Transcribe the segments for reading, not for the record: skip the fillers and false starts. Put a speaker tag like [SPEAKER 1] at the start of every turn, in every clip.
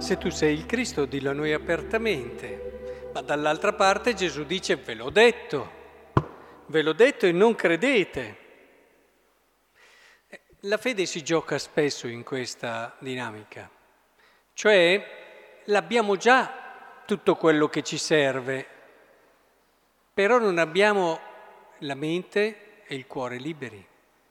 [SPEAKER 1] se tu sei il Cristo, dillo a noi apertamente. Ma dall'altra parte Gesù dice, ve l'ho detto e non credete. La fede si gioca spesso in questa dinamica, cioè l'abbiamo già tutto quello che ci serve, però non abbiamo la mente e il cuore liberi.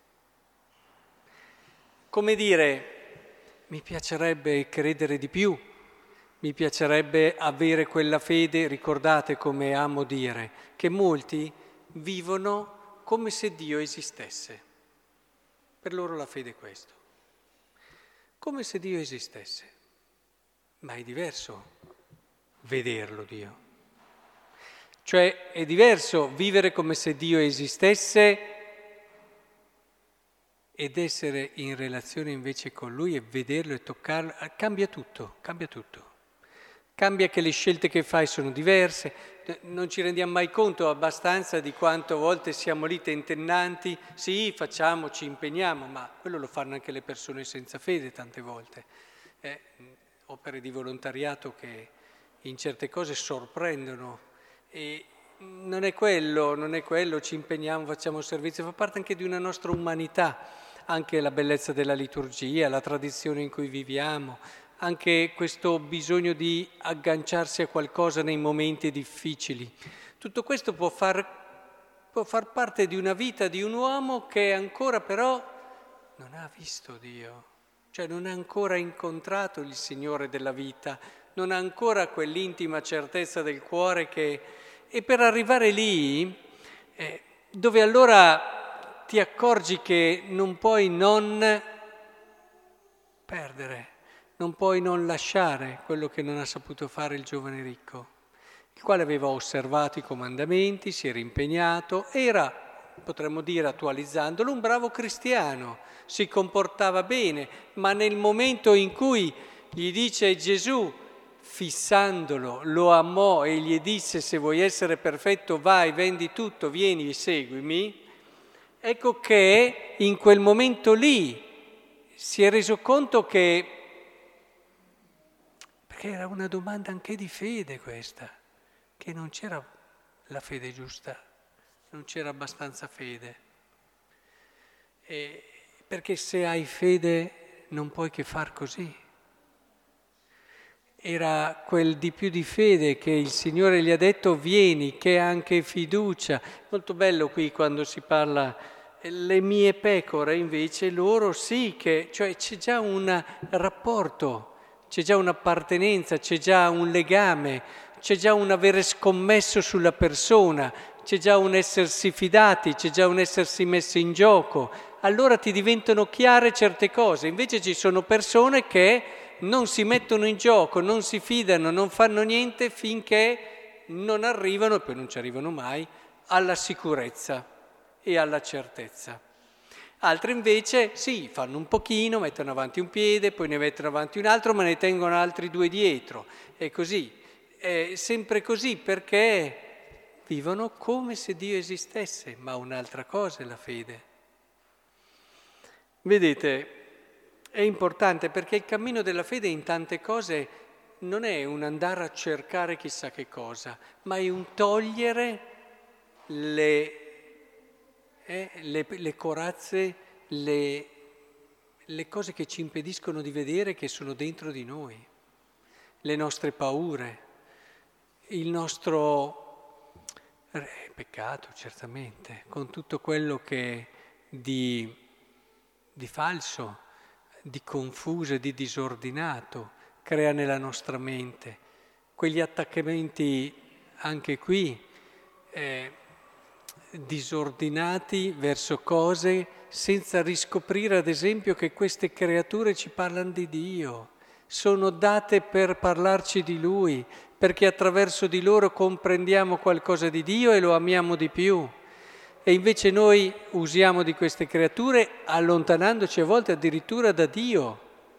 [SPEAKER 1] Come dire, mi piacerebbe credere di più, mi piacerebbe avere quella fede, ricordate come amo dire, che molti vivono come se Dio esistesse. Per loro la fede è questo, come se Dio esistesse, ma è diverso vederlo Dio. Cioè è diverso vivere come se Dio esistesse ed essere in relazione invece con Lui e vederlo e toccarlo, cambia tutto, cambia tutto. Cambia che le scelte che fai sono diverse, non ci rendiamo mai conto abbastanza di quanto a volte siamo lì tentennanti, sì, facciamo, ci impegniamo, ma quello lo fanno anche le persone senza fede tante volte. Opere di volontariato che in certe cose sorprendono e non è quello, ci impegniamo, facciamo servizio, fa parte anche di una nostra umanità, anche la bellezza della liturgia, la tradizione in cui viviamo, anche questo bisogno di agganciarsi a qualcosa nei momenti difficili. Tutto questo può far parte di una vita di un uomo che ancora però non ha visto Dio, cioè non ha ancora incontrato il Signore della vita, non ha ancora quell'intima certezza del cuore che... E per arrivare lì, dove allora ti accorgi che non puoi non perdere, non puoi non lasciare quello che non ha saputo fare il giovane ricco, il quale aveva osservato i comandamenti, si era impegnato, era, potremmo dire attualizzandolo, un bravo cristiano, si comportava bene, ma nel momento in cui gli dice Gesù, fissandolo, lo amò e gli disse se vuoi essere perfetto vai, vendi tutto, vieni e seguimi, ecco che in quel momento lì si è reso conto che, perché era una domanda anche di fede questa, che non c'era la fede giusta, non c'era abbastanza fede. Perché se hai fede non puoi che far così. Era quel di più di fede che il Signore gli ha detto vieni, che è anche fiducia. Molto bello qui quando si parla, le mie pecore invece loro sì che, cioè c'è già un rapporto, c'è già un'appartenenza, c'è già un legame, c'è già un avere scommesso sulla persona, c'è già un essersi fidati, c'è già un essersi messi in gioco. Allora ti diventano chiare certe cose, invece ci sono persone che non si mettono in gioco, non si fidano, non fanno niente finché non arrivano, e poi non ci arrivano mai, alla sicurezza e alla certezza. Altri invece sì, fanno un pochino, mettono avanti un piede, poi ne mettono avanti un altro, ma ne tengono altri due dietro. E così, è sempre così perché vivono come se Dio esistesse, ma un'altra cosa è la fede. Vedete, è importante perché il cammino della fede in tante cose non è un andare a cercare chissà che cosa, ma è un togliere le corazze, le cose che ci impediscono di vedere che sono dentro di noi, le nostre paure, il nostro peccato certamente, con tutto quello che di falso, di confuso e di disordinato crea nella nostra mente, quegli attaccamenti anche qui disordinati verso cose senza riscoprire ad esempio che queste creature ci parlano di Dio, sono date per parlarci di Lui, perché attraverso di loro comprendiamo qualcosa di Dio e lo amiamo di più. E invece noi usiamo di queste creature allontanandoci a volte addirittura da Dio.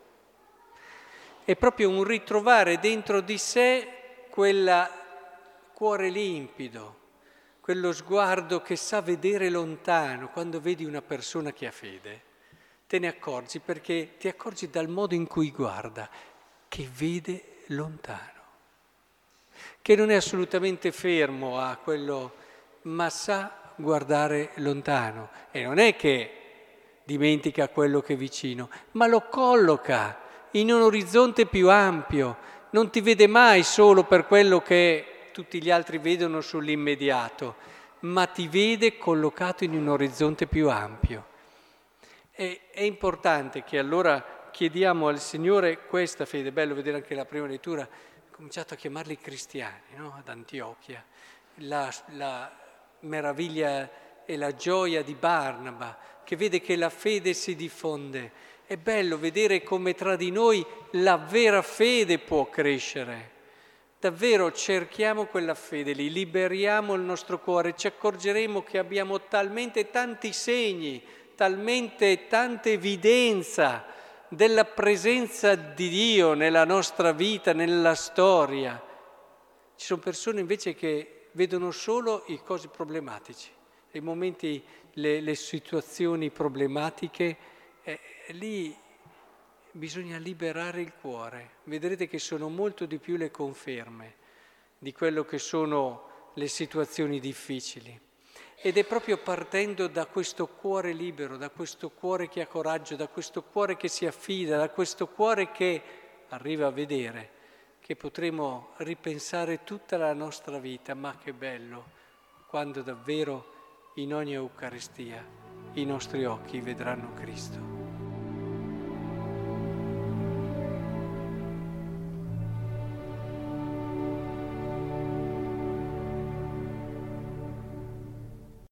[SPEAKER 1] È proprio un ritrovare dentro di sé quel cuore limpido, quello sguardo che sa vedere lontano. Quando vedi una persona che ha fede, te ne accorgi perché ti accorgi dal modo in cui guarda. che vede lontano, che non è assolutamente fermo a quello, ma sa guardare lontano. E non è che dimentica quello che è vicino, ma lo colloca in un orizzonte più ampio. Non ti vede mai solo per quello che tutti gli altri vedono sull'immediato, ma ti vede collocato in un orizzonte più ampio. È importante che allora chiediamo al Signore questa fede. È bello vedere anche la prima lettura, ha cominciato a chiamarli cristiani, no? Ad Antiochia. La meraviglia e la gioia di Barnaba, che vede che la fede si diffonde. È bello vedere come tra di noi la vera fede può crescere. Davvero cerchiamo quella fede lì, liberiamo il nostro cuore, ci accorgeremo che abbiamo talmente tanti segni, talmente tanta evidenza della presenza di Dio nella nostra vita, nella storia. Ci sono persone invece che vedono solo i cosi problematici, i momenti, le situazioni problematiche, lì bisogna liberare il cuore. Vedrete che sono molto di più le conferme di quello che sono le situazioni difficili. Ed è proprio partendo da questo cuore libero, da questo cuore che ha coraggio, da questo cuore che si affida, da questo cuore che arriva a vedere, che potremo ripensare tutta la nostra vita. Ma che bello quando davvero in ogni Eucaristia i nostri occhi vedranno Cristo.